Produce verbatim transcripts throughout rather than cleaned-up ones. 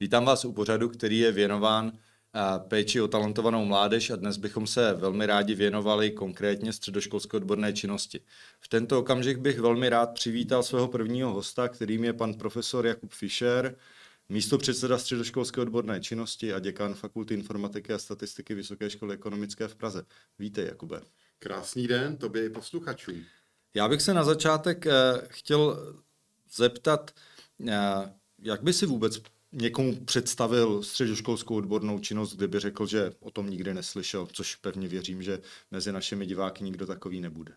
Vítám vás u pořadu, který je věnován péči o talentovanou mládež a dnes bychom se velmi rádi věnovali konkrétně středoškolské odborné činnosti. V tento okamžik bych velmi rád přivítal svého prvního hosta, kterým je pan profesor Jakub Fischer, místopředseda středoškolské odborné činnosti a děkan Fakulty informatiky a statistiky Vysoké školy ekonomické v Praze. Vítej, Jakube. Krásný den tobě i posluchačům. Já bych se na začátek chtěl zeptat, jak by si vůbec někomu představil středoškolskou odbornou činnost, kdyby řekl, že o tom nikdy neslyšel, což pevně věřím, že mezi našimi diváky nikdo takový nebude.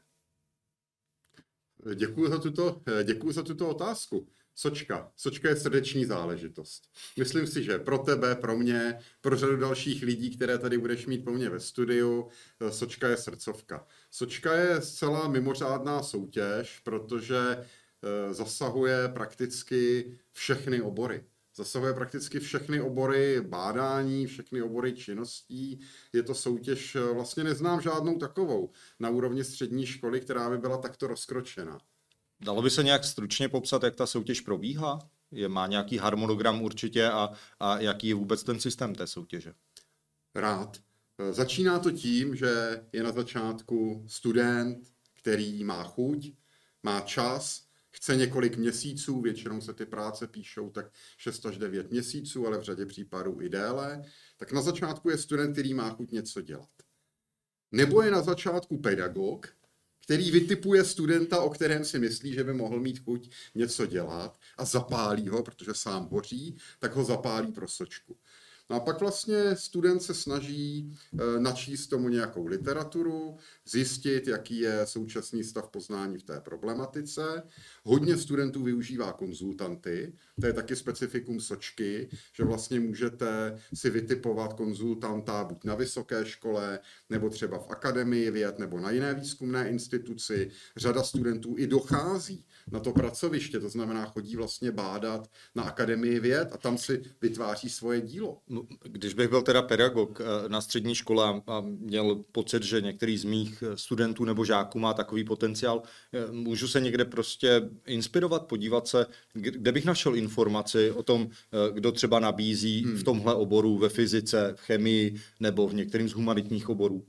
Děkuji za tuto, děkuji za tuto otázku. Sočka. Sočka je srdeční záležitost. Myslím si, že pro tebe, pro mě, pro řadu dalších lidí, které tady budeš mít po mně ve studiu, Sočka je srdcovka. Sočka je zcela mimořádná soutěž, protože zasahuje prakticky všechny obory. Zasahuje prakticky všechny obory bádání, všechny obory činností. Je to soutěž, vlastně neznám žádnou takovou na úrovni střední školy, která by byla takto rozkročena. Dalo by se nějak stručně popsat, jak ta soutěž probíhá? Je, má nějaký harmonogram určitě a, a jaký je vůbec ten systém té soutěže? Rád. Začíná to tím, že je na začátku student, který má chuť, má čas, chce několik měsíců, většinou se ty práce píšou tak šest až devět měsíců, ale v řadě případů i déle, tak na začátku je student, který má chuť něco dělat. Nebo je na začátku pedagog, který vytipuje studenta, o kterém si myslí, že by mohl mít chuť něco dělat a zapálí ho, protože sám hoří, tak ho zapálí pro Sočku. No a pak vlastně student se snaží e, načíst tomu nějakou literaturu, zjistit, jaký je současný stav poznání v té problematice. Hodně studentů využívá konzultanty, to je taky specifikum Sočky, že vlastně můžete si vytipovat konzultanta buď na vysoké škole, nebo třeba v akademii věd, nebo na jiné výzkumné instituci. Řada studentů i dochází na to pracoviště, to znamená chodí vlastně bádat na akademii věd a tam si vytváří svoje dílo. Když bych byl teda pedagog na střední škole a měl pocit, že některý z mých studentů nebo žáků má takový potenciál, můžu se někde prostě inspirovat, podívat se, kde bych našel informaci o tom, kdo třeba nabízí hmm. v tomhle oboru ve fyzice, v chemii nebo v některým z humanitních oborů.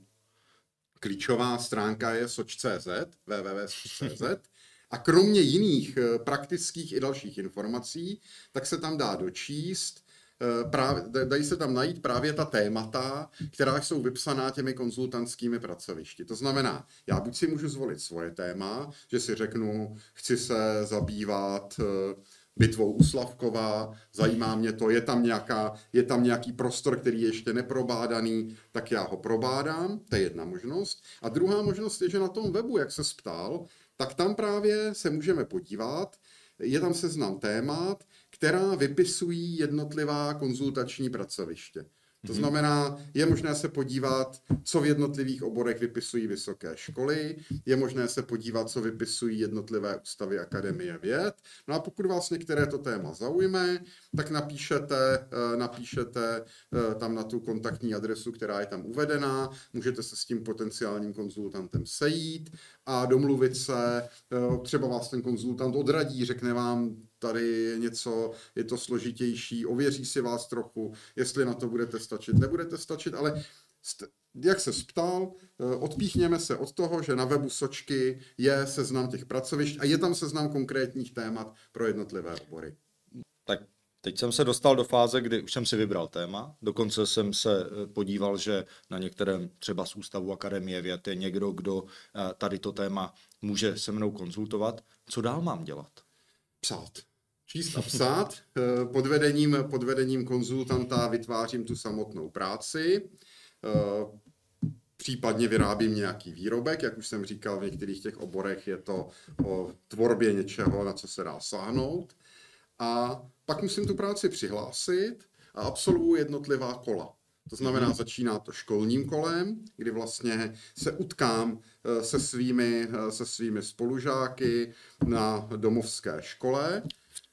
Klíčová stránka je soč tečka cé zet, w w w tečka soč tečka cé zet. A kromě jiných praktických i dalších informací, tak se tam dá dočíst, Právě, dají se tam najít právě ta témata, která jsou vypsaná těmi konzultantskými pracovišti. To znamená, já buď si můžu zvolit svoje téma, že si řeknu, chci se zabývat bitvou u Slavkova, zajímá mě to, je tam, nějaká, je tam nějaký prostor, který je ještě neprobádaný, tak já ho probádám, to je jedna možnost. A druhá možnost je, že na tom webu, jak se ptal, tak tam právě se můžeme podívat, je tam seznam témat, která vypisují jednotlivá konzultační pracoviště. To znamená, je možné se podívat, co v jednotlivých oborech vypisují vysoké školy, je možné se podívat, co vypisují jednotlivé ústavy Akademie věd. No a pokud vás některé to téma zaujme, tak napíšete, napíšete tam na tu kontaktní adresu, která je tam uvedená, můžete se s tím potenciálním konzultantem sejít a domluvit se, třeba vás ten konzultant odradí, řekne vám, tady je něco, je to složitější, ověří si vás trochu, jestli na to budete stačit, nebudete stačit, ale jak se ptal, odpíchněme se od toho, že na webu Sočky je seznam těch pracovišť a je tam seznam konkrétních témat pro jednotlivé obory. Tak teď jsem se dostal do fáze, kdy už jsem si vybral téma, dokonce jsem se podíval, že na některém třeba z ústavu Akademie věd je někdo, kdo tady to téma může se mnou konzultovat. Co dál mám dělat? Psát. Číst a psát. Pod vedením, pod vedením konzultanta vytvářím tu samotnou práci. Případně vyrábím nějaký výrobek, jak už jsem říkal, v některých těch oborech je to o tvorbě něčeho, na co se dá sáhnout. A pak musím tu práci přihlásit a absolvuji jednotlivá kola. To znamená, začíná to školním kolem, kdy vlastně se utkám se svými, se svými spolužáky na domovské škole.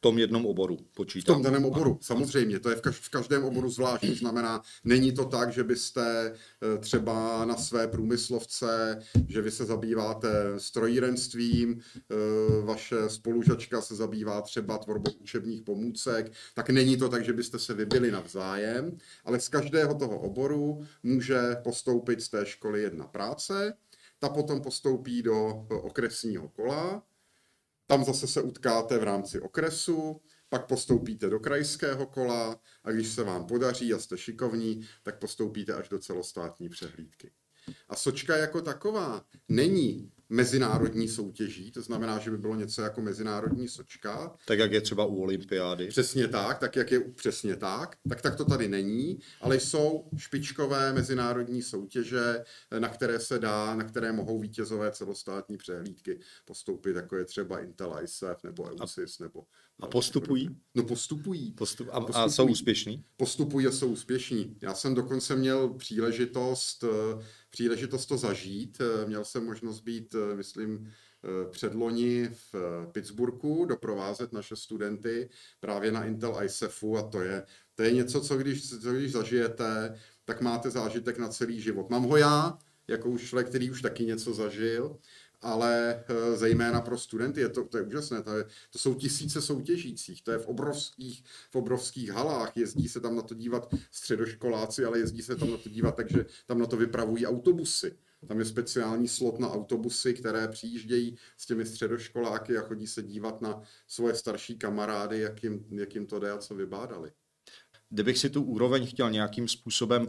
tom jednom oboru počítám. V tom daném oboru, samozřejmě, to je v, kaž, v každém oboru zvlášť, to znamená, není to tak, že byste třeba na své průmyslovce, že vy se zabýváte strojírenstvím, vaše spolužačka se zabývá třeba tvorbou učebních pomůcek, tak není to tak, že byste se vybili navzájem, ale z každého toho oboru může postoupit z té školy jedna práce, ta potom postoupí do okresního kola, tam zase se utkáte v rámci okresu, pak postoupíte do krajského kola a když se vám podaří a jste šikovní, tak postoupíte až do celostátní přehlídky. A sočka jako taková není mezinárodní soutěží, to znamená, že by bylo něco jako mezinárodní sočka. Tak jak je třeba u olympiády. Přesně tak, tak jak je přesně tak, tak tak to tady není, ale jsou špičkové mezinárodní soutěže, na které se dá, na které mohou vítězové celostátní přehlídky postoupit, jako je třeba Intel I S E F nebo E U S I S nebo... A postupují? No postupují. Postup, a, postupují. a jsou úspěšní? Postupují a jsou úspěšní. Já jsem dokonce měl příležitost, příležitost to zažít. Měl jsem možnost být, myslím, předloni v Pittsburghu, doprovázet naše studenty právě na Intel I S E F u a to je, to je něco, co když, co když zažijete, tak máte zážitek na celý život. Mám ho já, jako už člověk, který už taky něco zažil, ale zejména pro studenty je to, to je úžasné, to, je, to jsou tisíce soutěžících, to je v obrovských, v obrovských halách, jezdí se tam na to dívat středoškoláci, ale jezdí se tam na to dívat, takže tam na to vypravují autobusy. Tam je speciální slot na autobusy, které přijíždějí s těmi středoškoláky a chodí se dívat na svoje starší kamarády, jak jim, jak jim to jde a co vybádali. Kdybych si tu úroveň chtěl nějakým způsobem,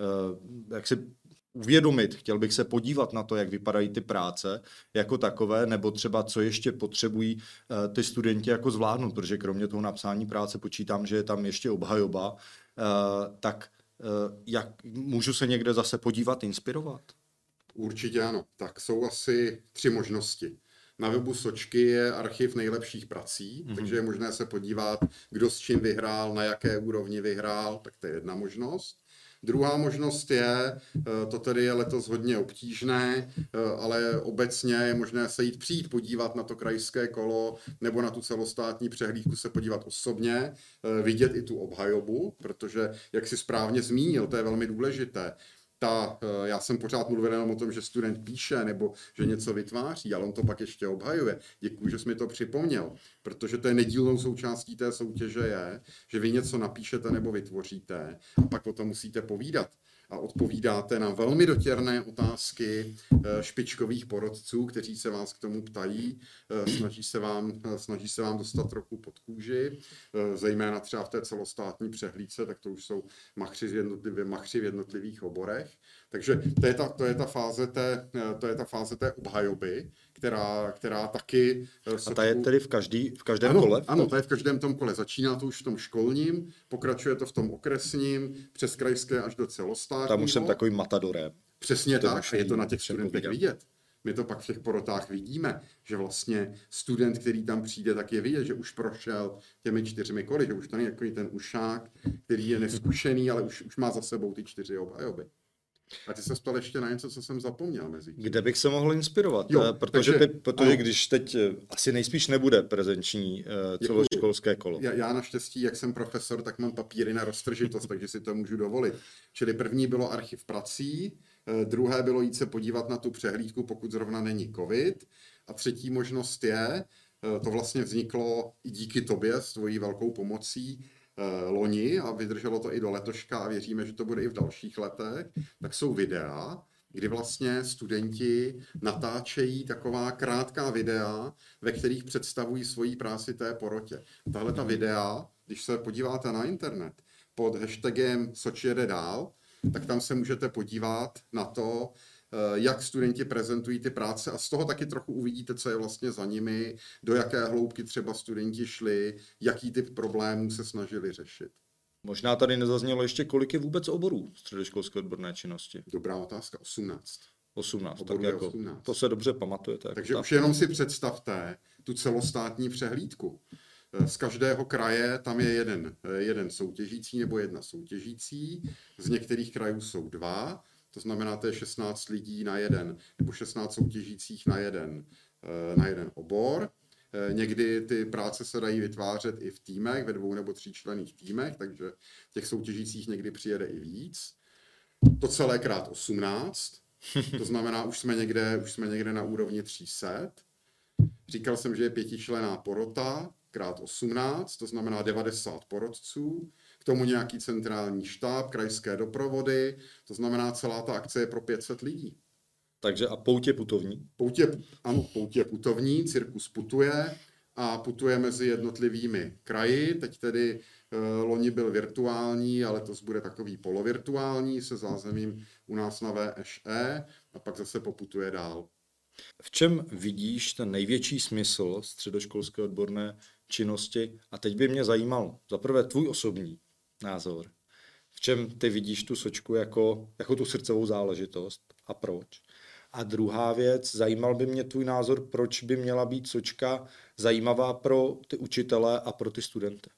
jak si uvědomit, chtěl bych se podívat na to, jak vypadají ty práce jako takové, nebo třeba co ještě potřebují ty studenti jako zvládnout, protože kromě toho napsání práce počítám, že je tam ještě obhajoba, tak jak můžu se někde zase podívat, inspirovat? Určitě ano. Tak jsou asi tři možnosti. Na webu Sočky je archiv nejlepších prací, mm-hmm. takže je možné se podívat, kdo s čím vyhrál, na jaké úrovni vyhrál, tak to je jedna možnost. Druhá možnost je, to tedy je letos hodně obtížné, ale obecně je možné se jít přijít podívat na to krajské kolo nebo na tu celostátní přehlídku, se podívat osobně, vidět i tu obhajobu, protože, jak si správně zmínil, to je velmi důležité. Ta, já jsem pořád mluvil jenom o tom, že student píše nebo že něco vytváří, ale on to pak ještě obhajuje. Děkuji, že jsi mi to připomněl, protože to je nedílnou součástí té soutěže je, že vy něco napíšete nebo vytvoříte a pak potom musíte povídat. A odpovídáte na velmi dotěrné otázky špičkových porodců, kteří se vás k tomu ptají, snaží se vám, snaží se vám dostat trochu pod kůži, zejména třeba v té celostátní přehlídce, tak to už jsou machři, jednotlivě, machři v jednotlivých oborech. Takže to je ta, to je ta, fáze, té, to je ta fáze té obhajoby, která, která taky... A ta je tedy v, každý, v každém ano, kole? Ano, ta je v každém tom kole. Začíná to už v tom školním, pokračuje to v tom okresním, přes krajské až do celostátního. Tam už jsem takovým matadorem. Přesně tak, a je to na těch studentech vidět. My to pak v těch porotách vidíme, že vlastně student, který tam přijde, tak je vidět, že už prošel těmi čtyřmi koly, že už to není takový ten ušák, který je neskušený, ale už, už má za sebou ty čtyři obhajoby. A ty se ptal ještě na něco, co jsem zapomněl mezi tím. Kde bych se mohl inspirovat? Jo, protože takže, ty, protože když teď asi nejspíš nebude prezenční uh, celoškolské kolo. Já, já naštěstí, jak jsem profesor, tak mám papíry na roztržitost, takže si to můžu dovolit. Čili první bylo archiv prací, druhé bylo jít se podívat na tu přehlídku, pokud zrovna není covid. A třetí možnost je, to vlastně vzniklo i díky tobě s tvojí velkou pomocí, loni a vydrželo to i do letoška a věříme, že to bude i v dalších letech, tak jsou videa, kdy vlastně studenti natáčejí taková krátká videa, ve kterých představují svoji práci té porotě. Tahle ta videa, když se podíváte na internet pod hashtagem Soči jede dál, tak tam se můžete podívat na to, jak studenti prezentují ty práce a z toho taky trochu uvidíte, co je vlastně za nimi, do jaké hloubky třeba studenti šli, jaký typ problémů se snažili řešit. Možná tady nezaznělo ještě, kolik je vůbec oborů středoškolské odborné činnosti. Dobrá otázka, osmnáct. osmnáct, Oborů tak jako, osmnáct. To se dobře pamatujete. Takže tak. Už jenom si představte tu celostátní přehlídku. Z každého kraje tam je jeden, jeden soutěžící nebo jedna soutěžící, z některých krajů jsou dva, to znamená, to je šestnáct lidí na jeden, nebo šestnáct soutěžících na jeden, na jeden obor. Někdy ty práce se dají vytvářet i v týmech, ve dvou nebo tříčlenných týmech, takže těch soutěžících někdy přijede i víc. To celé krát osmnáct, to znamená, už jsme někde, už jsme někde na úrovni tři sta. Říkal jsem, že je pětičlenná porota, krát osmnáct, to znamená devadesát porotců, k tomu nějaký centrální štáb, krajské doprovody, to znamená, celá ta akce je pro pět set lidí. Takže a poutě putovní? Poutě, ano, poutě putovní, cirkus putuje a putuje mezi jednotlivými kraji. Teď tedy e, loni byl virtuální, ale letos bude takový polovirtuální se zázemím u nás na V Š E a pak zase poputuje dál. V čem vidíš ten největší smysl středoškolské odborné činnosti? A teď by mě zajímal za prvé tvůj osobní názor. V čem ty vidíš tu sočku jako, jako tu srdcovou záležitost a proč? A druhá věc, zajímal by mě tvůj názor, proč by měla být sočka zajímavá pro ty učitele a pro ty studenty.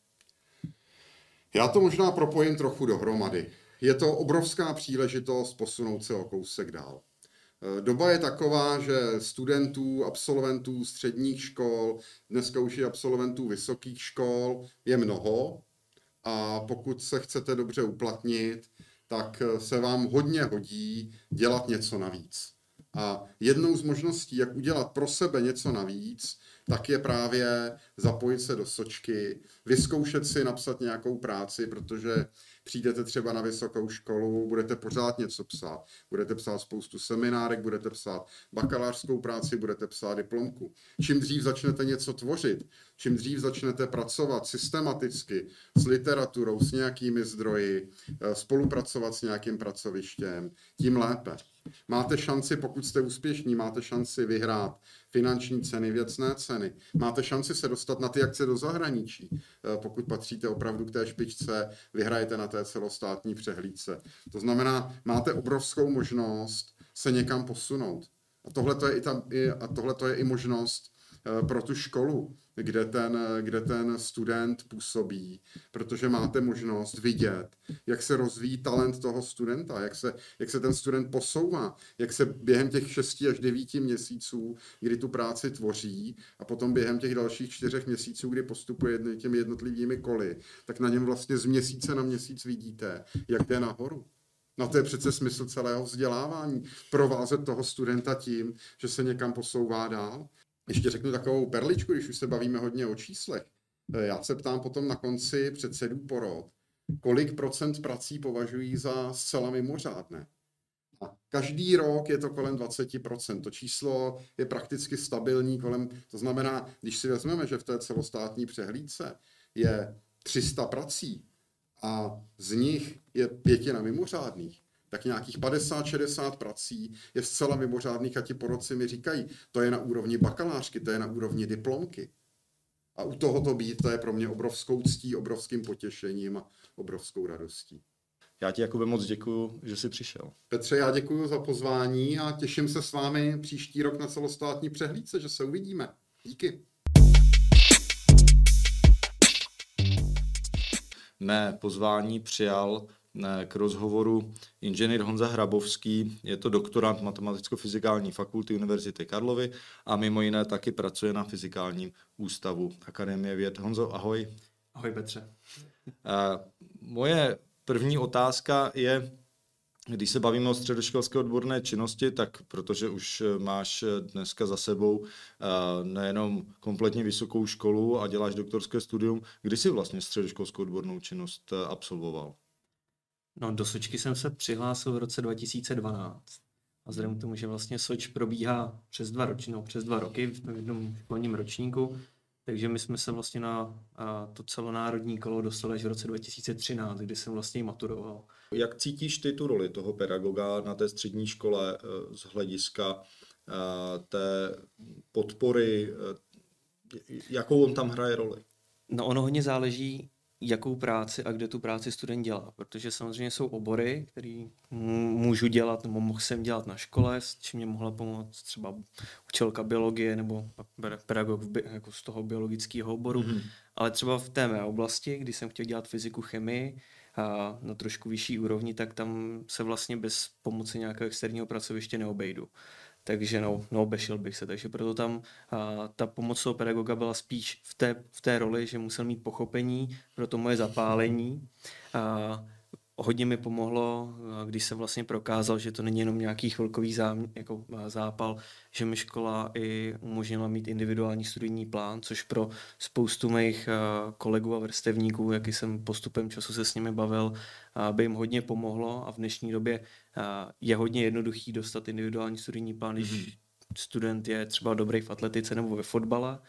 Já to možná propojím trochu dohromady. Je to obrovská příležitost posunout se o kousek dál. Doba je taková, že studentů, absolventů středních škol, dneska už i absolventů vysokých škol je mnoho a pokud se chcete dobře uplatnit, tak se vám hodně hodí dělat něco navíc. A jednou z možností, jak udělat pro sebe něco navíc, tak je právě zapojit se do sočky, vyzkoušet si napsat nějakou práci, protože přijdete třeba na vysokou školu, budete pořád něco psát. Budete psát spoustu seminárek, budete psát bakalářskou práci, budete psát diplomku. Čím dřív začnete něco tvořit, čím dřív začnete pracovat systematicky s literaturou, s nějakými zdroji, spolupracovat s nějakým pracovištěm, tím lépe. Máte šanci, pokud jste úspěšní, máte šanci vyhrát finanční ceny, věcné ceny. Máte šanci se dostat na ty akce do zahraničí. Pokud patříte opravdu k té špičce, vyhrajete na té celostátní přehlídce. To znamená, máte obrovskou možnost se někam posunout. A tohle je i, ta, a tohle je i možnost pro tu školu, kde ten, kde ten student působí, protože máte možnost vidět, jak se rozvíjí talent toho studenta, jak se, jak se ten student posouvá, jak se během těch šesti až devíti měsíců, kdy tu práci tvoří a potom během těch dalších čtyřech měsíců, kdy postupuje těmi jednotlivými koly, tak na něm vlastně z měsíce na měsíc vidíte, jak jde nahoru. No to je přece smysl celého vzdělávání. Provázet toho studenta tím, že se někam posouvá dál. Ještě řeknu takovou perličku, když už se bavíme hodně o číslech. Já se ptám potom na konci předsedů porod, kolik procent prací považují za zcela mimořádné. A každý rok je to kolem dvacet procent. To číslo je prakticky stabilní kolem, to znamená, když si vezmeme, že v té celostátní přehlídce je tři sta prací a z nich je pětina mimořádných, tak nějakých padesát šedesát prací je zcela mimořádných a ti porodci mi říkají, to je na úrovni bakalářky, to je na úrovni diplomky. A u tohoto být, to je pro mě obrovskou ctí, obrovským potěšením a obrovskou radostí. Já ti Jakube moc děkuju, že jsi přišel. Petře, já děkuju za pozvání a těším se s vámi příští rok na celostátní přehlídce, že se uvidíme. Díky. Mé pozvání přijal k rozhovoru inženýr Honza Hrabovský, je to doktorant Matematicko-fyzikální fakulty Univerzity Karlovy a mimo jiné taky pracuje na Fyzikálním ústavu Akademie věd. Honzo, ahoj. Ahoj Petře. Moje první otázka je, když se bavíme o středoškolské odborné činnosti, tak protože už máš dneska za sebou nejenom kompletně vysokou školu a děláš doktorské studium, kdy jsi vlastně středoškolskou odbornou činnost absolvoval? No, do Sočky jsem se přihlásil v roce dva tisíce dvanáct. A vzhledem k tomu, že vlastně Soč probíhá přes dva roky, no, přes dva roky v jednom školním ročníku, takže my jsme se vlastně na a, to celonárodní kolo dostali až v roce dva tisíce třináct, kdy jsem vlastně maturoval. Jak cítíš ty tu roli toho pedagoga na té střední škole z hlediska té podpory, jakou on tam hraje roli? No, ono hodně záleží, jakou práci a kde tu práci student dělá, protože samozřejmě jsou obory, které můžu dělat nebo mohl jsem dělat na škole, s čím mě mohla pomoct třeba učitelka biologie nebo pedagog v, jako z toho biologického oboru, mm-hmm. ale třeba v té mé oblasti, kdy jsem chtěl dělat fyziku, chemii a na trošku vyšší úrovni, tak tam se vlastně bez pomoci nějakého externího pracoviště neobejdu. takže no, no obešel bych se. Takže proto tam a, ta pomoc toho pedagoga byla spíš v té, v té roli, že musel mít pochopení pro to moje zapálení. A, hodně mi pomohlo, když se vlastně prokázal, že to není jenom nějaký chvilkový zám, jako zápal, že mi škola i umožnila mít individuální studijní plán, což pro spoustu mých kolegů a vrstevníků, jaký jsem postupem času se s nimi bavil, by jim hodně pomohlo a v dnešní době je hodně jednoduchý dostat individuální studijní plán, když student je třeba dobrý v atletice nebo ve fotbale,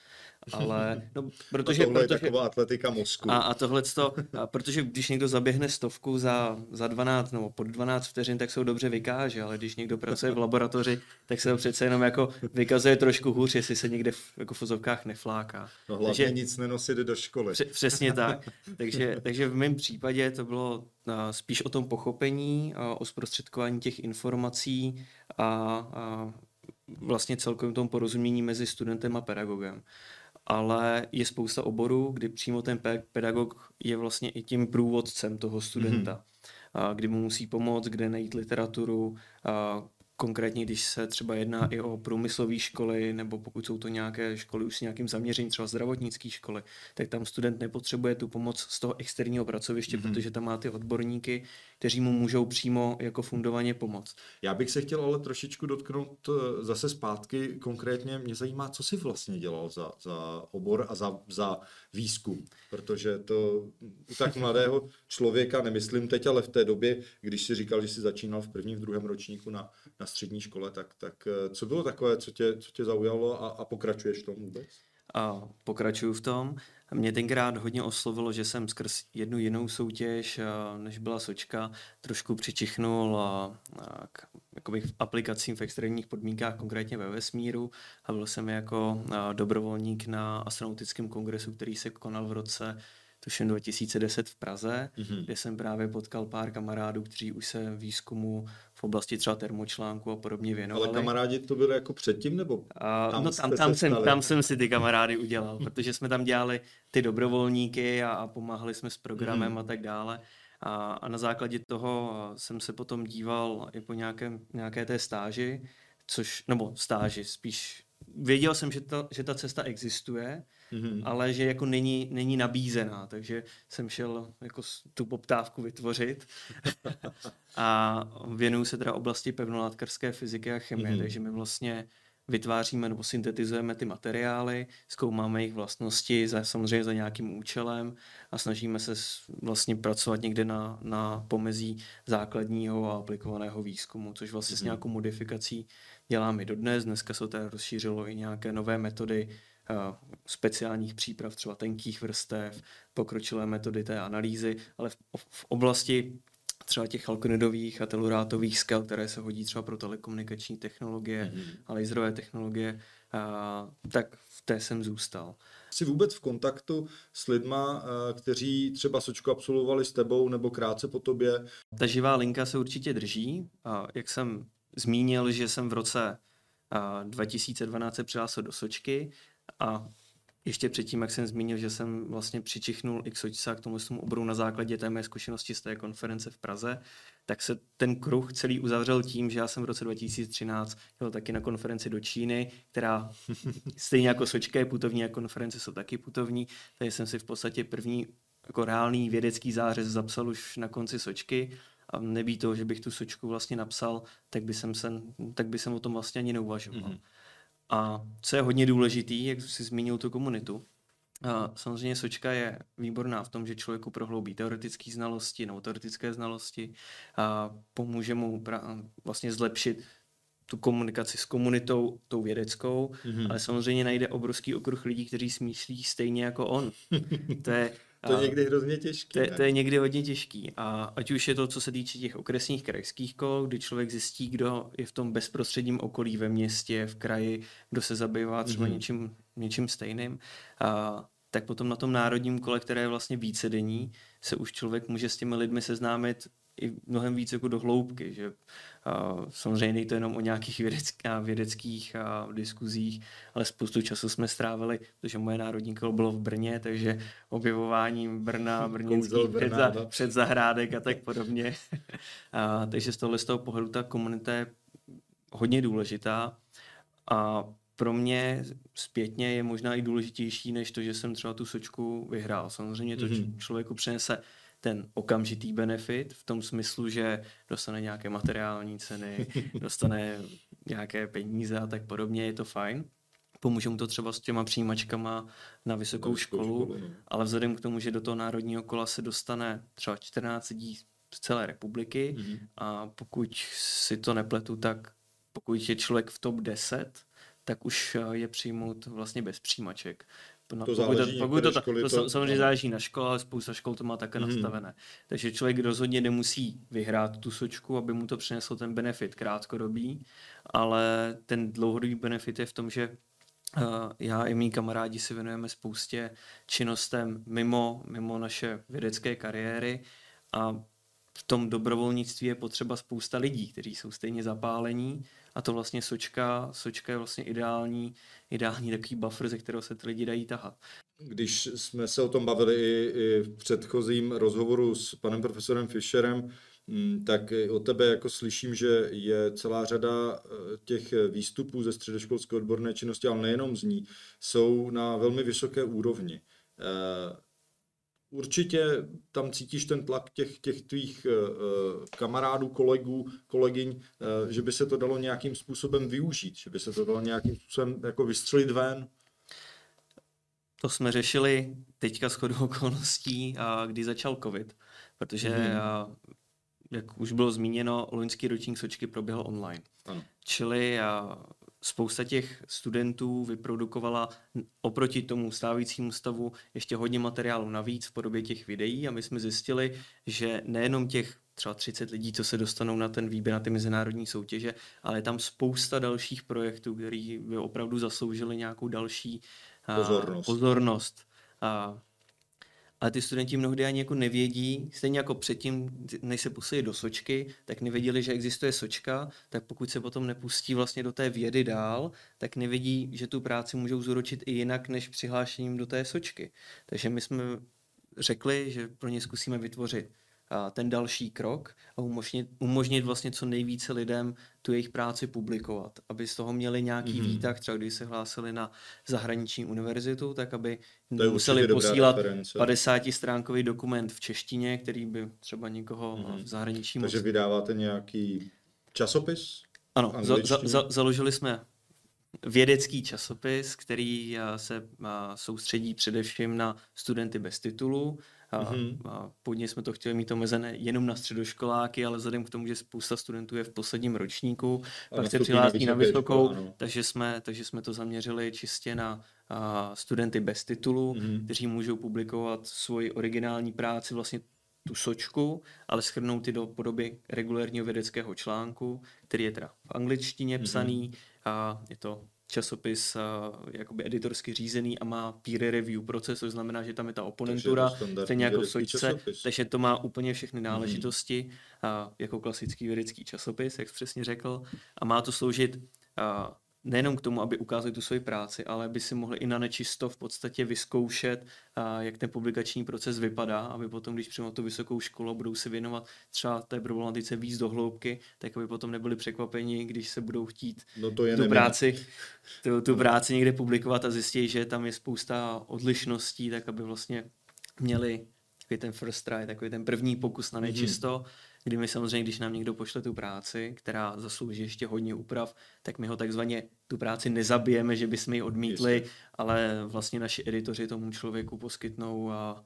ale no, protože, a tohle protože, je taková atletika mozku. A, a tohleto, a protože když někdo zaběhne stovku za, za dvanáct nebo pod dvanáct vteřin, tak se ho dobře vykáže, ale když někdo pracuje v laboratoři, tak se ho přece jenom jako vykazuje trošku hůř, jestli se někde v, jako v vozovkách nefláká. No hlavně takže, nic nenosit do školy. Př, přesně tak. Takže, takže v mém případě to bylo a, spíš o tom pochopení, a, o zprostředkování těch informací a, a vlastně celkovým tom porozumění mezi studentem a pedagogem. Ale je spousta oborů, kdy přímo ten pedagog je vlastně i tím průvodcem toho studenta, mm-hmm. kdy mu musí pomoct, kde najít literaturu, konkrétně když se třeba jedná i o průmyslové školy, nebo pokud jsou to nějaké školy už s nějakým zaměřením, třeba zdravotnické školy, tak tam student nepotřebuje tu pomoc z toho externího pracoviště, mm-hmm. protože tam má ty odborníky, kteří mu můžou přímo jako fundovaně pomoct. Já bych se chtěl ale trošičku dotknout zase zpátky, konkrétně mě zajímá, co jsi vlastně dělal za, za obor a za, za výzkum, protože to u tak mladého člověka, nemyslím teď, ale v té době, když si říkal, že jsi začínal v prvním, v druhém ročníku na, na střední škole, tak, tak co bylo takové, co tě, co tě zaujalo a, a pokračuješ v tom vůbec? A pokračuju v tom. Mě tenkrát hodně oslovilo, že jsem skrz jednu jinou soutěž, než byla Sočka, trošku přičichnul a, a k jakoby aplikacím v extrémních podmínkách, konkrétně ve vesmíru, a byl jsem jako dobrovolník na astronautickém kongresu, který se konal v roce tuším dva tisíce deset v Praze, mm-hmm. kde jsem právě potkal pár kamarádů, kteří už se výzkumu v oblasti třeba termočlánku a podobně věnovali. Ale kamarádi to byli jako předtím, nebo tam, no, tam, tam, jsem, tam jsem si ty kamarády udělal, protože jsme tam dělali ty dobrovolníky a, a pomáhali jsme s programem mm-hmm. a tak dále. A, a na základě toho jsem se potom díval i po nějakém, nějaké té stáži, což, nebo stáži, spíš věděl jsem, že ta, že ta cesta existuje, mm-hmm. ale že jako není, není nabízená, takže jsem šel jako tu poptávku vytvořit a věnuju se teda oblasti pevnolátkarské fyziky a chemie, mm-hmm. takže my vlastně vytváříme nebo syntetizujeme ty materiály, zkoumáme jejich vlastnosti za, samozřejmě za nějakým účelem a snažíme se vlastně pracovat někde na, na pomezí základního a aplikovaného výzkumu, což vlastně mm-hmm. s nějakou modifikací děláme dodnes. Dneska se to rozšířilo i nějaké nové metody uh, speciálních příprav, třeba tenkých vrstev, pokročilé metody té analýzy, ale v, v oblasti třeba těch chalkonidových a telurátových skal, které se hodí třeba pro telekomunikační technologie mm-hmm. a laserové technologie, a, tak v té jsem zůstal. Jsi vůbec v kontaktu s lidma, kteří třeba Sočku absolvovali s tebou nebo krátce po tobě? Ta živá linka se určitě drží. A jak jsem zmínil, že jsem v roce dva tisíce dvanáct se přihlásil do Sočky a ještě předtím, jak jsem zmínil, že jsem vlastně přičichnul i k Sočce a k tomu oboru na základě té mé zkušenosti z té konference v Praze, tak se ten kruh celý uzavřel tím, že já jsem v roce dva tisíce třináct jel taky na konferenci do Číny, která stejně jako Sočka je putovní a konference jsou taky putovní, takže jsem si v podstatě první jako reálný vědecký zářez zapsal už na konci Sočky a nebýt toho, že bych tu Sočku vlastně napsal, tak by jsem, se, tak by jsem o tom vlastně ani neuvažoval. Mm-hmm. A co je hodně důležitý, jak jsi zmínil tu komunitu, a samozřejmě Sočka je výborná v tom, že člověku prohloubí teoretické znalosti nebo teoretické znalosti a pomůže mu pra- vlastně zlepšit tu komunikaci s komunitou, tou vědeckou, mm-hmm. ale samozřejmě najde obrovský okruh lidí, kteří smýšlí stejně jako on. To je To je někdy hrozně těžký. To je, to je někdy hodně těžký. A ať už je to, co se týče těch okresních krajských kol, kdy člověk zjistí, kdo je v tom bezprostředním okolí ve městě, v kraji, kdo se zabývá třeba mm-hmm. něčím, něčím stejným, a tak potom na tom národním kole, které je vlastně vícedenní, se už člověk může s těmi lidmi seznámit i mnohem víc jako do hloubky, že uh, samozřejmě nejde to jenom o nějakých vědeckých, vědeckých uh, diskuzích, ale spoustu času jsme strávili, protože moje národní kolo bylo v Brně, takže objevováním Brna, brněnských před, předzahrádek a tak podobně. uh, takže z tohohle z toho pohledu ta komunita je hodně důležitá A pro mě zpětně je možná i důležitější, než to, že jsem třeba tu sočku vyhrál. Samozřejmě to mm-hmm. člověku přinese ten okamžitý benefit v tom smyslu, že dostane nějaké materiální ceny, dostane nějaké peníze a tak podobně, je to fajn. Pomůže mu to třeba s těma přijímačkama na vysokou školu, školu no. Ale vzhledem k tomu, že do toho národního kola se dostane třeba čtrnáct lidí z celé republiky mm-hmm. a pokud si to nepletu, tak pokud je člověk v top deset, tak už je přijmout vlastně bez přijímaček. No, to záleží, pokud to, to, to, to samozřejmě no. záleží na škole, ale spousta škol to má také mm. nastavené. Takže člověk rozhodně nemusí vyhrát tu sočku, aby mu to přineslo ten benefit krátkodobý, ale ten dlouhodobý benefit je v tom, že uh, já i mý kamarádi si věnujeme spoustě činnostem mimo, mimo naše vědecké kariéry a v tom dobrovolnictví je potřeba spousta lidí, kteří jsou stejně zapálení a to vlastně sočka, sočka je vlastně ideální, ideální takový buffer, ze kterého se ty lidi dají tahat. Když jsme se o tom bavili i, i v předchozím rozhovoru s panem profesorem Fischerem, tak od tebe jako slyším, že je celá řada těch výstupů ze středoškolské odborné činnosti, ale nejenom z ní, jsou na velmi vysoké úrovni. Určitě tam cítíš ten tlak těch, těch tvých uh, kamarádů, kolegů, kolegyň, uh, že by se to dalo nějakým způsobem využít, že by se to dalo nějakým způsobem jako vystřelit ven. To jsme řešili teďka shodou okolností, kdy začal covid, protože, mm-hmm. jak už bylo zmíněno, loňský ročník sočky proběhl online. Ano. Čili spousta těch studentů vyprodukovala oproti tomu stávajícímu stavu ještě hodně materiálu navíc v podobě těch videí a my jsme zjistili, že nejenom těch třeba třicet lidí, co se dostanou na ten výběr na ty mezinárodní soutěže, ale je tam spousta dalších projektů, který by opravdu zasloužili nějakou další pozornost. pozornost. A ale ty studenti mnohdy ani jako nevědí, stejně jako předtím, než se pustili do sočky, tak nevěděli, že existuje sočka, tak pokud se potom nepustí vlastně do té vědy dál, tak nevědí, že tu práci můžou zúročit i jinak, než přihlášením do té sočky. Takže my jsme řekli, že pro ně zkusíme vytvořit ten další krok a umožnit, umožnit vlastně co nejvíce lidem tu jejich práci publikovat, aby z toho měli nějaký mm-hmm. výtah, třeba když se hlásili na zahraniční univerzitu, tak aby museli posílat padesátistránkový dokument v češtině, který by třeba někoho mm-hmm. v zahraničí Takže moc... vydáváte nějaký časopis? Ano, za, za, za, založili jsme vědecký časopis, který se soustředí především na studenty bez titulu. A, mm-hmm. a původně jsme to chtěli mít omezené jenom na středoškoláky, ale vzhledem k tomu, že spousta studentů je v posledním ročníku, a pak se přihlásí na vysokou, škola, takže, jsme, takže jsme to zaměřili čistě na a, studenty bez titulu, mm-hmm. kteří můžou publikovat svoji originální práci, vlastně tu sočku, ale shrnout ji do podoby regulérního vědeckého článku, který je teda v angličtině psaný, mm-hmm. a je to časopis uh, jakoby editorsky řízený a má peer review proces, to znamená, že tam je ta oponentura, stejně jako v sočce, takže to má úplně všechny náležitosti mm. uh, jako klasický vědecký časopis, jak jsi přesně řekl, a má to sloužit uh, nejenom k tomu, aby ukázali tu svoji práci, ale aby si mohli i na nečisto v podstatě vyzkoušet, jak ten publikační proces vypadá, aby potom, když přijmou tu vysokou školu, budou se věnovat třeba té problematice víc do hloubky, tak aby potom nebyli překvapeni, když se budou chtít no to je tu, práci, tu, tu práci někde publikovat a zjistí, že tam je spousta odlišností, tak aby vlastně měli takový ten first try, takový ten první pokus na nečisto, mm-hmm. kdy my samozřejmě, když nám někdo pošle tu práci, která zaslouží ještě hodně úprav, tak my ho takzvaně tu práci nezabijeme, že bychom ji odmítli, Jistě. ale vlastně naši editoři tomu člověku poskytnou a,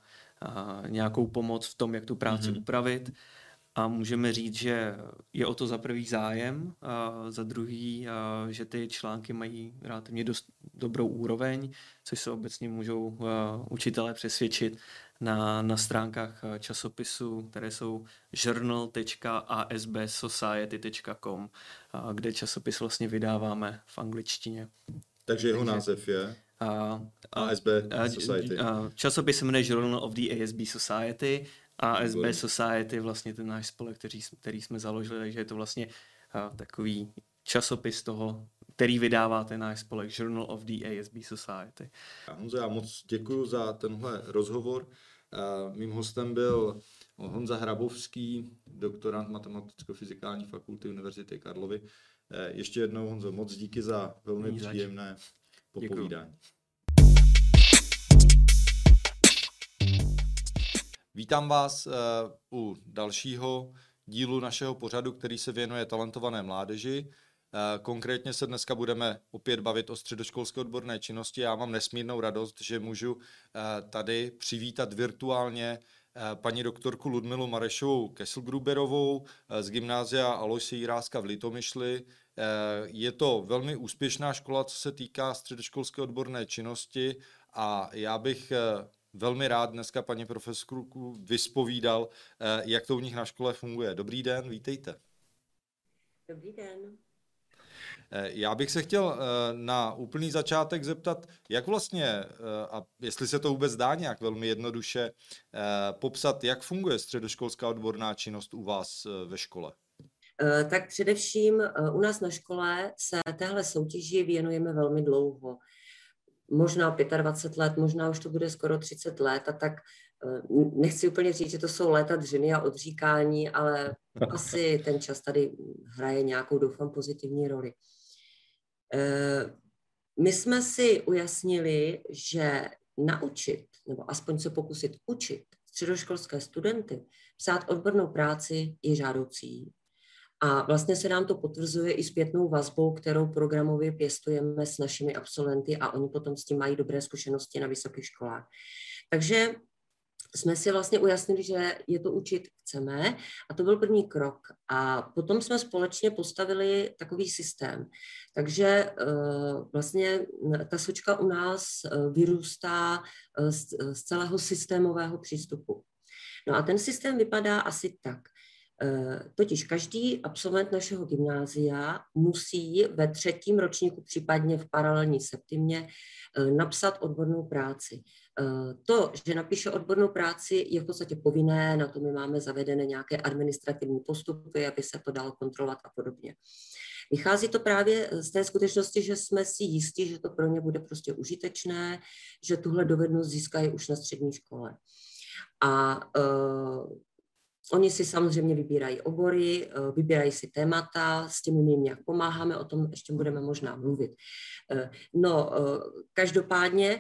a nějakou pomoc v tom, jak tu práci mm-hmm. upravit. A můžeme říct, že je o to za prvý zájem, a za druhý, a že ty články mají relativně dost dobrou úroveň, což se obecně můžou učitelé přesvědčit na, na stránkách časopisu, které jsou journal tečka a s b society tečka com, kde časopis vlastně vydáváme v angličtině. Takže jeho Takže, název je a, a, A S B Society. A, a, časopis se jmenuje Journal of the A S B Society. A S B Society, vlastně ten náš spolek, který, který jsme založili, takže je to vlastně uh, takový časopis toho, který vydává ten náš spolek Journal of the A S B Society. Honzo, já moc děkuji za tenhle rozhovor. Uh, mým hostem byl Honza Hrabovský, doktorant Matematicko-fyzikální fakulty Univerzity Karlovy. Ještě jednou, Honzo, moc díky za velmi Díky. příjemné popovídání. Vítám vás u dalšího dílu našeho pořadu, který se věnuje talentované mládeži. Konkrétně se dneska budeme opět bavit o středoškolské odborné činnosti. Já mám nesmírnou radost, že můžu tady přivítat virtuálně paní doktorku Ludmilu Marešovou Kesselgruberovou z gymnázia Aloise Jiráska v Litomyšli. Je to velmi úspěšná škola, co se týká středoškolské odborné činnosti, a já bych velmi rád dneska paní profesorku vyspovídal, jak to u nich na škole funguje. Dobrý den, vítejte. Dobrý den. Já bych se chtěl na úplný začátek zeptat, jak vlastně, a jestli se to vůbec dá nějak velmi jednoduše popsat, jak funguje středoškolská odborná činnost u vás ve škole? Tak především u nás na škole se téhle soutěži věnujeme velmi dlouho. Možná dvacet pět let, možná už to bude skoro třicet let, a tak nechci úplně říct, že to jsou léta dřiny a odříkání, ale asi ten čas tady hraje nějakou, doufám, pozitivní roli. My jsme si ujasnili, že naučit, nebo aspoň se pokusit učit středoškolské studenty psát odbornou práci je žádoucí. A vlastně se nám to potvrzuje i zpětnou vazbou, kterou programově pěstujeme s našimi absolventy, a oni potom s tím mají dobré zkušenosti na vysokých školách. Takže jsme si vlastně ujasnili, že je to učit chceme, a to byl první krok. A potom jsme společně postavili takový systém. Takže vlastně ta sočka u nás vyrůstá z celého systémového přístupu. No a ten systém vypadá asi tak. Totiž každý absolvent našeho gymnázia musí ve třetím ročníku, případně v paralelní septimě, napsat odbornou práci. To, že napíše odbornou práci, je v podstatě povinné, na to my máme zavedené nějaké administrativní postupy, aby se to dalo kontrolovat a podobně. Vychází to právě z té skutečnosti, že jsme si jistí, že to pro ně bude prostě užitečné, že tuhle dovednost získají už na střední škole. A uh, Oni si samozřejmě vybírají obory, vybírají si témata, s těmi my jim nějak pomáháme, o tom ještě budeme možná mluvit. No, každopádně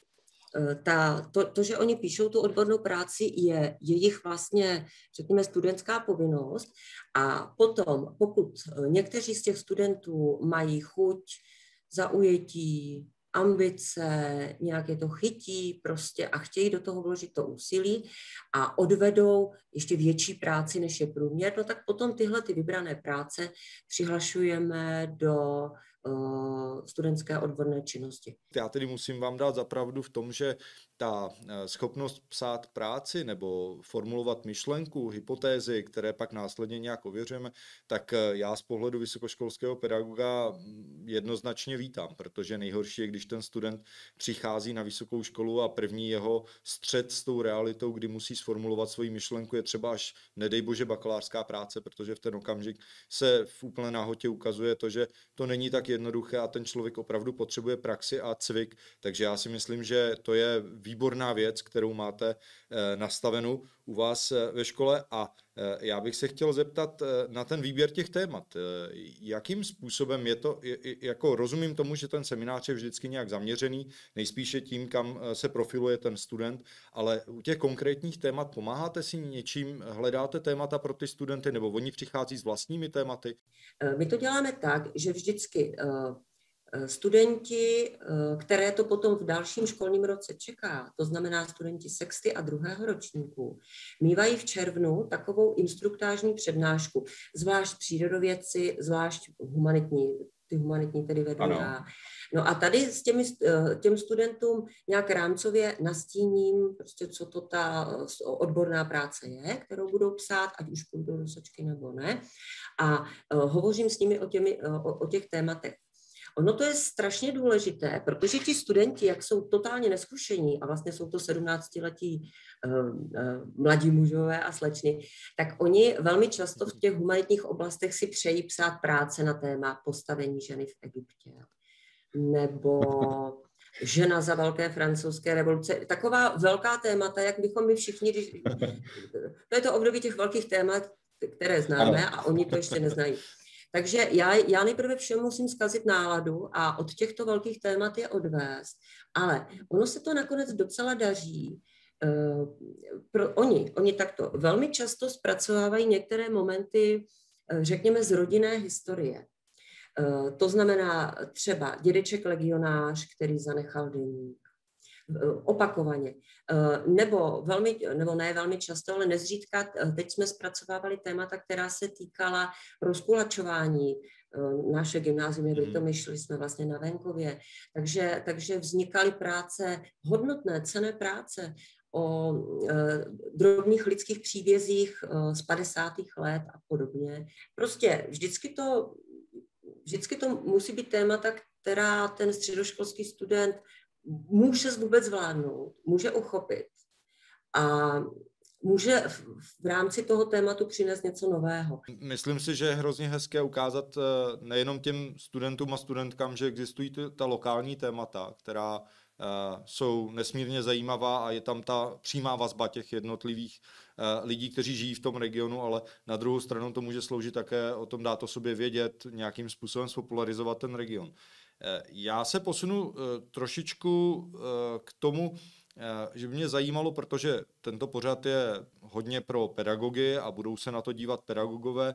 ta, to, to, že oni píšou tu odbornou práci, je jejich vlastně, řekněme, studentská povinnost, a potom, pokud někteří z těch studentů mají chuť, zaujetí, ambice, nějak je to chytí prostě a chtějí do toho vložit to úsilí a odvedou ještě větší práci, než je průměr, no tak potom tyhle ty vybrané práce přihlašujeme do uh, studentské odborné činnosti. Já tedy musím vám dát za pravdu v tom, že ta schopnost psát práci nebo formulovat myšlenku, hypotézy, které pak následně nějak ověřujeme, tak já z pohledu vysokoškolského pedagoga jednoznačně vítám, protože nejhorší je, když ten student přichází na vysokou školu a první jeho střet s tou realitou, kdy musí sformulovat svoji myšlenku, je třeba až, nedej bože, bakalářská práce, protože v ten okamžik se v úplné náhotě ukazuje to, že to není tak jednoduché a ten člověk opravdu potřebuje praxi a cvik. Takže já si myslím, že to je výborná věc, kterou máte nastavenou u vás ve škole, a já bych se chtěl zeptat na ten výběr těch témat. Jakým způsobem je to, jako rozumím tomu, že ten seminář je vždycky nějak zaměřený, nejspíše tím, kam se profiluje ten student, ale u těch konkrétních témat pomáháte si něčím, hledáte témata pro ty studenty, nebo oni přichází s vlastními tématy? My to děláme tak, že vždycky studenti, které to potom v dalším školním roce čeká, to znamená studenti sexty a druhého ročníku, mívají v červnu takovou instruktážní přednášku, zvlášť přírodovědci, zvlášť humanitní, ty humanitní tedy vedu já. No a tady s těmi, těm studentům nějak rámcově nastíním, prostě co to ta odborná práce je, kterou budou psát, ať už půjdou do sočky nebo ne, a hovořím s nimi o, těmi, o, o těch tématech. Ono to je strašně důležité, protože ti studenti, jak jsou totálně neskušení, a vlastně jsou to sedmnáctiletí uh, uh, mladí mužové a slečny, tak oni velmi často v těch humanitních oblastech si přejí psát práce na téma postavení ženy v Egyptě, nebo žena za velké francouzské revoluce. Taková velká témata, jak bychom my všichni, když... to je to období těch velkých témat, které známe, a oni to ještě neznají. Takže já, já nejprve všem musím zkazit náladu a od těchto velkých témat je odvést. Ale ono se to nakonec docela daří. Uh, pro, oni, oni takto velmi často zpracovávají některé momenty, uh, řekněme, z rodinné historie. Uh, to znamená třeba dědeček legionář, který zanechal deník. Opakovaně. Nebo, velmi, nebo ne velmi často, ale nezřídka, teď jsme zpracovávali témata, která se týkala rozkulačování. Naše gymnázium je v Litomyšli, jsme vlastně na venkově. Takže, takže vznikaly práce, hodnotné, cenné práce o e, drobných lidských příbězích e, z padesátých let a podobně. Prostě vždycky to, vždycky to musí být témata, která ten středoškolský student může vůbec zvládnout, může uchopit a může v, v rámci toho tématu přinést něco nového. Myslím si, že je hrozně hezké ukázat nejenom těm studentům a studentkám, že existují ta lokální témata, která jsou nesmírně zajímavá a je tam ta přímá vazba těch jednotlivých lidí, kteří žijí v tom regionu, ale na druhou stranu to může sloužit také o tom dát o sobě vědět, nějakým způsobem spopularizovat ten region. Já se posunu trošičku k tomu, že by mě zajímalo, protože tento pořad je hodně pro pedagogy a budou se na to dívat pedagogové,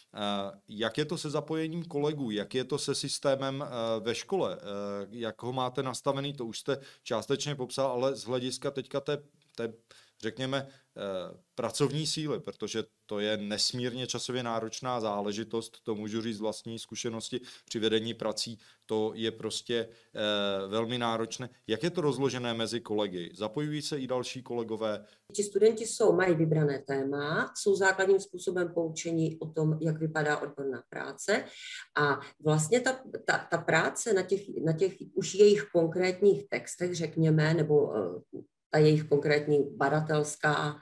jak je to se zapojením kolegů, jak je to se systémem ve škole, jak ho máte nastavený, to už jste částečně popsal, ale z hlediska teďka té, té řekněme, pracovní síly, protože to je nesmírně časově náročná záležitost, to můžu říct z vlastní zkušenosti při vedení prací, to je prostě velmi náročné. Jak je to rozložené mezi kolegy? Zapojují se i další kolegové? Ti studenti jsou, mají vybrané téma, jsou základním způsobem poučení o tom, jak vypadá odborná práce a vlastně ta, ta, ta práce na těch, na těch už jejich konkrétních textech, řekněme, nebo ta jejich konkrétní badatelská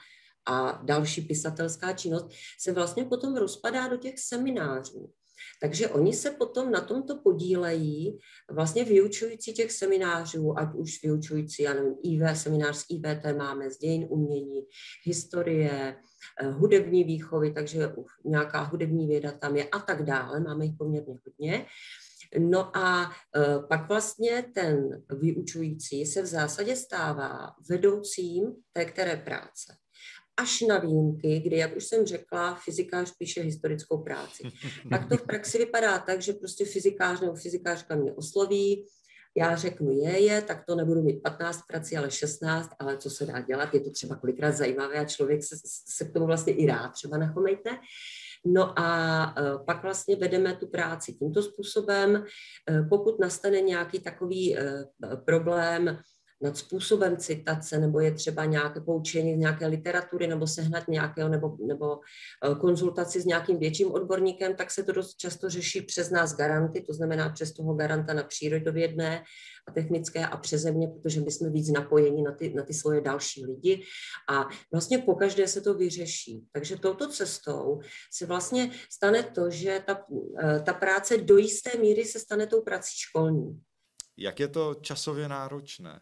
a další pisatelská činnost se vlastně potom rozpadá do těch seminářů. Takže oni se potom na tomto podílejí vlastně vyučující těch seminářů, ať už vyučující, já nevím, I V, seminář z I V T máme, z dějin umění, historie, hudební výchovy, takže nějaká hudební věda tam je a tak dále, máme jich poměrně hodně. No a e, pak vlastně ten vyučující se v zásadě stává vedoucím té které práce. Až na výjimky, kdy, jak už jsem řekla, fyzikář píše historickou práci. Pak to v praxi vypadá tak, že prostě fyzikář nebo fyzikářka mě osloví, já řeknu je, je, tak to nebudu mít patnáct prací, ale šestnáct, ale co se dá dělat, je to třeba kolikrát zajímavé a člověk se, se k tomu vlastně i rád třeba nachomejte. No a pak vlastně vedeme tu práci tímto způsobem. Pokud nastane nějaký takový problém nad způsobem citace, nebo je třeba nějaké poučení z nějaké literatury, nebo sehnat nějakého, nebo, nebo konzultaci s nějakým větším odborníkem, tak se to dost často řeší přes nás garanty, to znamená přes toho garanta na přírodovědné a technické a přeze mě, protože my jsme víc napojeni na ty, na ty svoje další lidi a vlastně pokaždé se to vyřeší. Takže touto cestou se vlastně stane to, že ta, ta práce do jisté míry se stane tou prací školní. Jak je to časově náročné?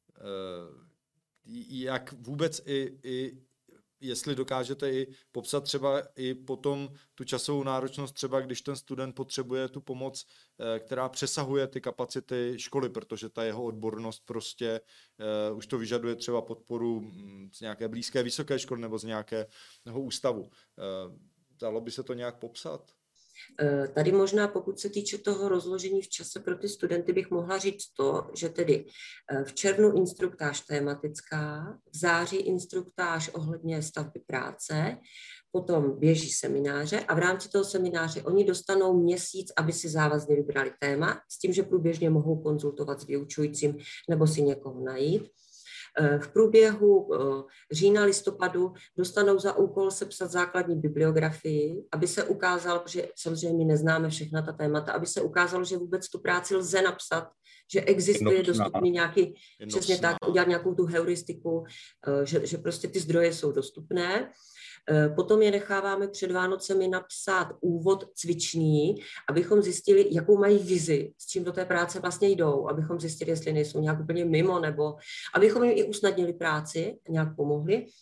Jak vůbec i, i jestli dokážete i popsat třeba i potom tu časovou náročnost, třeba když ten student potřebuje tu pomoc, která přesahuje ty kapacity školy, protože ta jeho odbornost prostě uh, už to vyžaduje třeba podporu z nějaké blízké vysoké školy nebo z nějakého ústavu. Uh, dalo by se to nějak popsat? Tady možná, pokud se týče toho rozložení v čase pro ty studenty, bych mohla říct to, že tedy v červnu instruktáž tematická, v září instruktáž ohledně stavby práce, potom běží semináře a v rámci toho semináře oni dostanou měsíc, aby si závazně vybrali téma, s tím, že průběžně mohou konzultovat s vyučujícím nebo si někoho najít. V průběhu října, listopadu dostanou za úkol sepsat základní bibliografii, aby se ukázalo, že samozřejmě my neznáme všechna ta témata, aby se ukázalo, že vůbec tu práci lze napsat, že existuje dostupný nějaký, přesně tak, udělat nějakou tu heuristiku, že, že prostě ty zdroje jsou dostupné. Potom je necháváme před Vánocemi napsat úvod cvičný, abychom zjistili, jakou mají vizi, s čím do té práce vlastně jdou, abychom zjistili, jestli nejsou nějak úplně mimo, nebo abychom jim i usnadnili práci, nějak pomohli.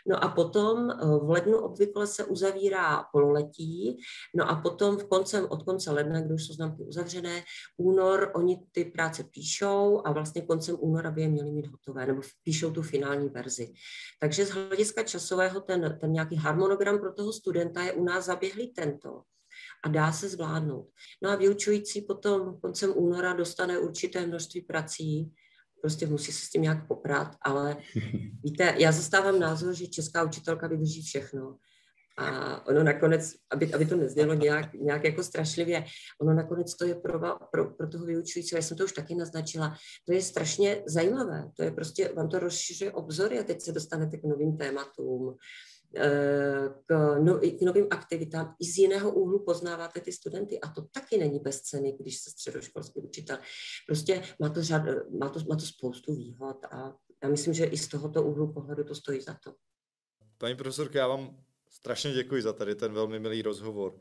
No a potom v lednu obvykle se uzavírá pololetí, no a potom v koncem, od konce ledna, kdy už jsou známky uzavřené, únor, oni ty práce píšou a vlastně koncem února by je měli mít hotové, nebo píšou tu finální verzi. Takže z hlediska časového ten, ten nějaký harmonogram pro toho studenta je u nás zaběhlý tento a dá se zvládnout. No a vyučující potom koncem února dostane určité množství prací, prostě musí se s tím nějak poprat, ale víte, já zastávám názor, že česká učitelka vydrží všechno. A ono nakonec, aby, aby to neznělo nějak, nějak jako strašlivě, ono nakonec to je pro, pro, pro toho vyučujícího, já jsem to už taky naznačila, to je strašně zajímavé, to je prostě, vám to rozšiřuje obzory a teď se dostanete k novým tématům, k, no, k novým aktivitám, i z jiného úhlu poznáváte ty studenty a to taky není bez ceny, když se středoškolský učitel. Prostě má to, řad, má to, má to spoustu výhod a já myslím, že i z tohoto úhlu pohledu to stojí za to. Paní profesorko, já vám strašně děkuji za tady ten velmi milý rozhovor.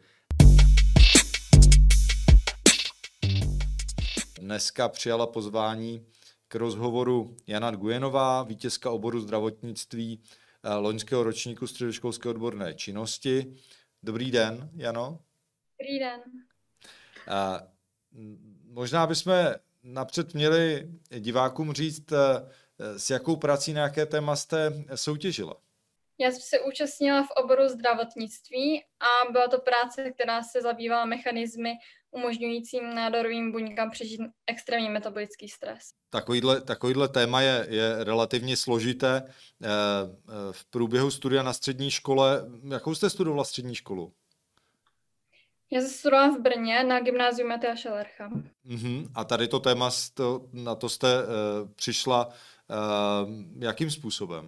Dneska přijala pozvání k rozhovoru Jana Gujenová, vítězka oboru zdravotnictví loňského ročníku středoškolské odborné činnosti. Dobrý den, Jano. Dobrý den. A možná bychom napřed měli divákům říct, s jakou prací na jaké téma jste soutěžila. Já jsem se účastnila v oboru zdravotnictví a byla to práce, která se zabývala mechanismy umožňujícím nádorovým buňkám přežít extrémní metabolický stres. Takovýhle, takovýhle téma je, je relativně složité. V průběhu studia na střední škole, jakou jste studovala střední školu? Já jsem studovala v Brně na gymnáziu Matyáše Šelercha. Uh-huh. A tady to téma, na to jste uh, přišla uh, jakým způsobem?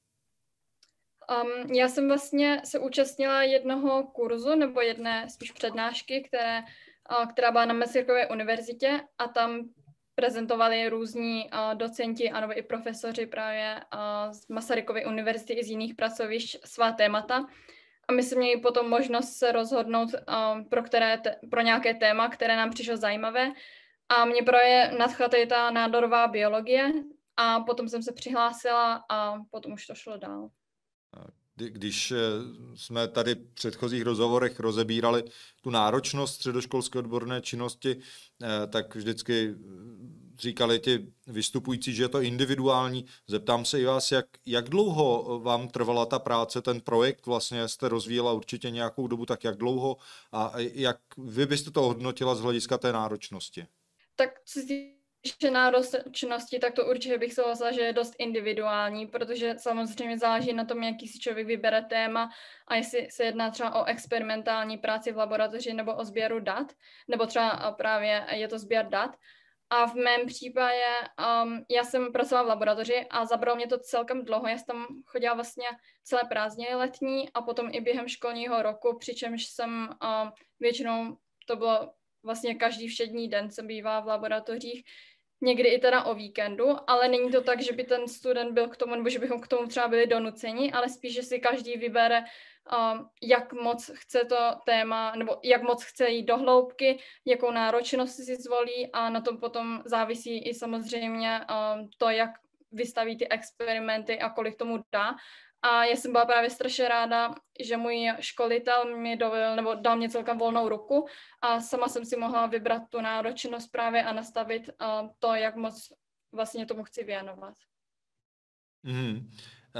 Um, já jsem vlastně se účastnila jednoho kurzu, nebo jedné spíš přednášky, které, uh, která byla na Masarykové univerzitě a tam prezentovali různí uh, docenti a nebo i profesoři právě uh, z Masarykovy univerzity i z jiných pracovišť svá témata. A my jsme měli potom možnost se rozhodnout uh, pro, které te- pro nějaké téma, které nám přišlo zajímavé. A mě právě nadchla tady ta nádorová biologie a potom jsem se přihlásila a potom už to šlo dál. Když jsme tady v předchozích rozhovorech rozebírali tu náročnost středoškolské odborné činnosti, tak vždycky říkali ti vystupující, že je to individuální. Zeptám se i vás, jak, jak dlouho vám trvala ta práce, ten projekt, vlastně jste rozvíjela určitě nějakou dobu, tak jak dlouho a jak vy byste to hodnotila z hlediska té náročnosti? Tak co týče náročnosti, tak to určitě bych souhlasila, že je dost individuální, protože samozřejmě záleží na tom, jaký si člověk vybere téma a jestli se jedná třeba o experimentální práci v laboratoři nebo o sběru dat, nebo třeba právě je to sběr dat. A v mém případě um, já jsem pracovala v laboratoři a zabralo mě to celkem dlouho. Já jsem tam chodila vlastně celé prázdniny letní a potom i během školního roku, přičemž jsem um, většinou, to bylo vlastně každý všední den jsem bývala v laboratořích, někdy i teda o víkendu, ale není to tak, že by ten student byl k tomu, nebo že bychom k tomu třeba byli donuceni, ale spíš, že si každý vybere, um, jak moc chce to téma, nebo jak moc chce jít do hloubky, jakou náročnost si zvolí a na tom potom závisí i samozřejmě um, to, jak vystaví ty experimenty a kolik tomu dá. A já jsem byla právě strašně ráda, že můj školitel mi dovolil, nebo dal mě celkem volnou ruku a sama jsem si mohla vybrat tu náročnost právě a nastavit uh, to, jak moc vlastně tomu chci věnovat. Mm. Uh,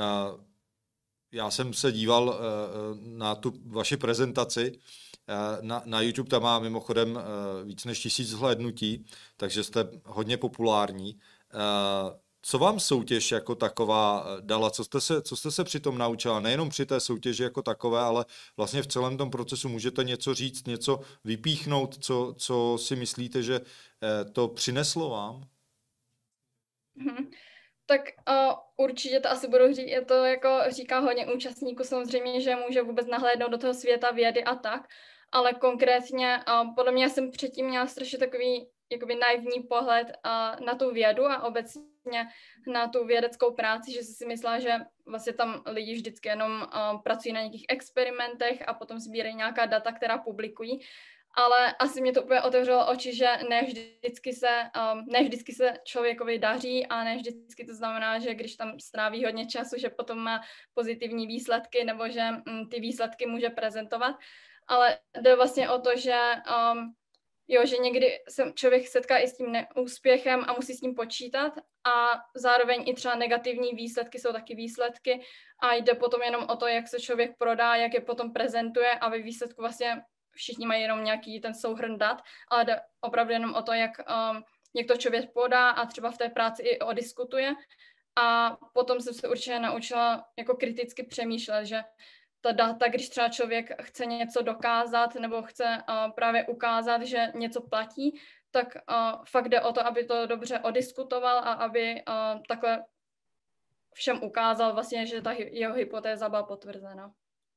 já jsem se díval uh, na tu vaši prezentaci. Uh, na, na YouTube tam má mimochodem uh, víc než tisíc zhlédnutí, takže jste hodně populární. Uh, Co vám soutěž jako taková dala? Co jste se, co jste se při tom naučila? Nejenom při té soutěži jako takové, ale vlastně v celém tom procesu můžete něco říct, něco vypíchnout, co, co si myslíte, že to přineslo vám? Hmm. Tak uh, určitě to asi budu říct, je to jako říká hodně účastníků, samozřejmě, že může vůbec nahlédnout do toho světa vědy a tak, ale konkrétně uh, podle mě jsem předtím měla strašně takový jakoby naivní pohled uh, na tu vědu a obecně na tu vědeckou práci, že si myslela, že vlastně tam lidi vždycky jenom uh, pracují na nějakých experimentech a potom sbírají nějaká data, která publikují. ale asi mě to úplně otevřelo oči, že ne vždycky se, um, ne vždycky se člověkovi daří a ne vždycky to znamená, že když tam stráví hodně času, že potom má pozitivní výsledky nebo že um, ty výsledky může prezentovat, ale jde vlastně o to, že um, jo, že někdy se člověk setká i s tím neúspěchem a musí s ním počítat a zároveň i třeba negativní výsledky jsou taky výsledky a jde potom jenom o to, jak se člověk prodá, jak je potom prezentuje a ve výsledku vlastně všichni mají jenom nějaký ten souhrn dat, ale jde opravdu jenom o to, jak, um, jak to člověk podá a třeba v té práci i odiskutuje. A potom jsem se určitě naučila jako kriticky přemýšlet, že ta data, když třeba člověk chce něco dokázat nebo chce uh, právě ukázat, že něco platí, tak uh, fakt jde o to, aby to dobře odiskutoval a aby uh, takhle všem ukázal vlastně, že ta jeho hypotéza byla potvrzena.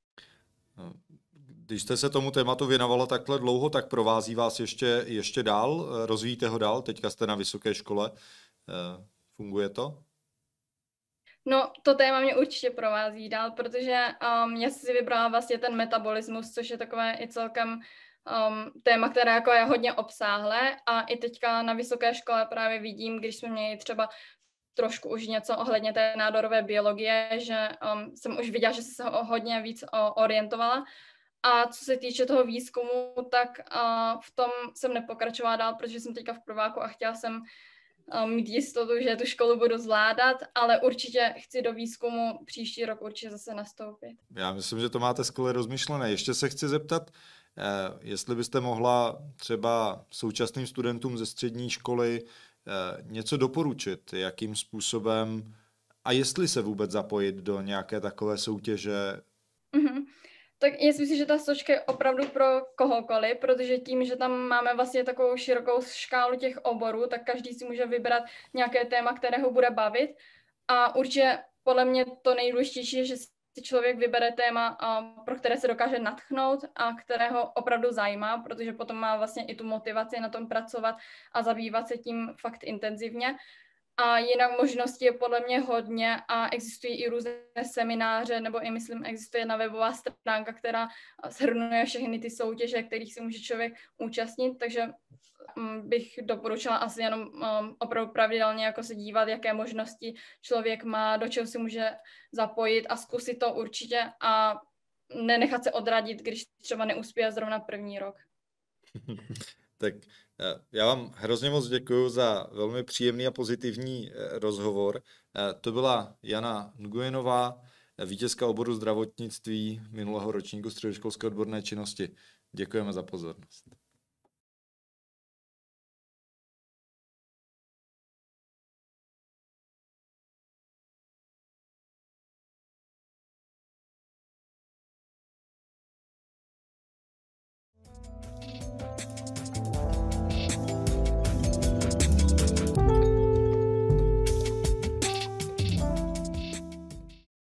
Když jste se tomu tématu věnovala takhle dlouho, tak provází vás ještě, ještě dál? Rozvíjíte ho dál? Teďka jste na vysoké škole. Funguje to? No, to téma mě určitě provází dál, protože um, já si vybrala vlastně ten metabolismus, což je takové i celkem um, téma, které jako je hodně obsáhlé a i teďka na vysoké škole právě vidím, když jsme měli třeba trošku už něco ohledně té nádorové biologie, že um, jsem už viděla, že jsem se hodně víc o, orientovala. A co se týče toho výzkumu, tak uh, v tom jsem nepokračovala dál, protože jsem teďka v prváku a chtěla jsem uh, mít jistotu, že tu školu budu zvládat, ale určitě chci do výzkumu příští rok určitě zase nastoupit. Já myslím, že to máte skvěle rozmyšlené. Ještě se chci zeptat, eh, jestli byste mohla třeba současným studentům ze střední školy eh, něco doporučit, jakým způsobem a jestli se vůbec zapojit do nějaké takové soutěže. Mm-hmm. Tak já si myslím, že ta sočka je opravdu pro kohokoliv, protože tím, že tam máme vlastně takovou širokou škálu těch oborů, tak každý si může vybrat nějaké téma, které ho bude bavit. A určitě podle mě to nejdůležitější je, že si člověk vybere téma, pro které se dokáže nadchnout a které ho opravdu zajímá, protože potom má vlastně i tu motivaci na tom pracovat a zabývat se tím fakt intenzivně. A jinak možností je podle mě hodně a existují i různé semináře, nebo i myslím, existuje jedna webová stránka, která shrnuje všechny ty soutěže, kterých se může člověk účastnit, takže um, bych doporučila asi jenom um, opravdu pravidelně jako se dívat, jaké možnosti člověk má, do čeho si může zapojit a zkusit to určitě a nenechat se odradit, když třeba neuspěje zrovna první rok. Tak já vám hrozně moc děkuji za velmi příjemný a pozitivní rozhovor. To byla Jana Nguyenová, vítězka oboru zdravotnictví minulého ročníku středoškolské odborné činnosti. Děkujeme za pozornost.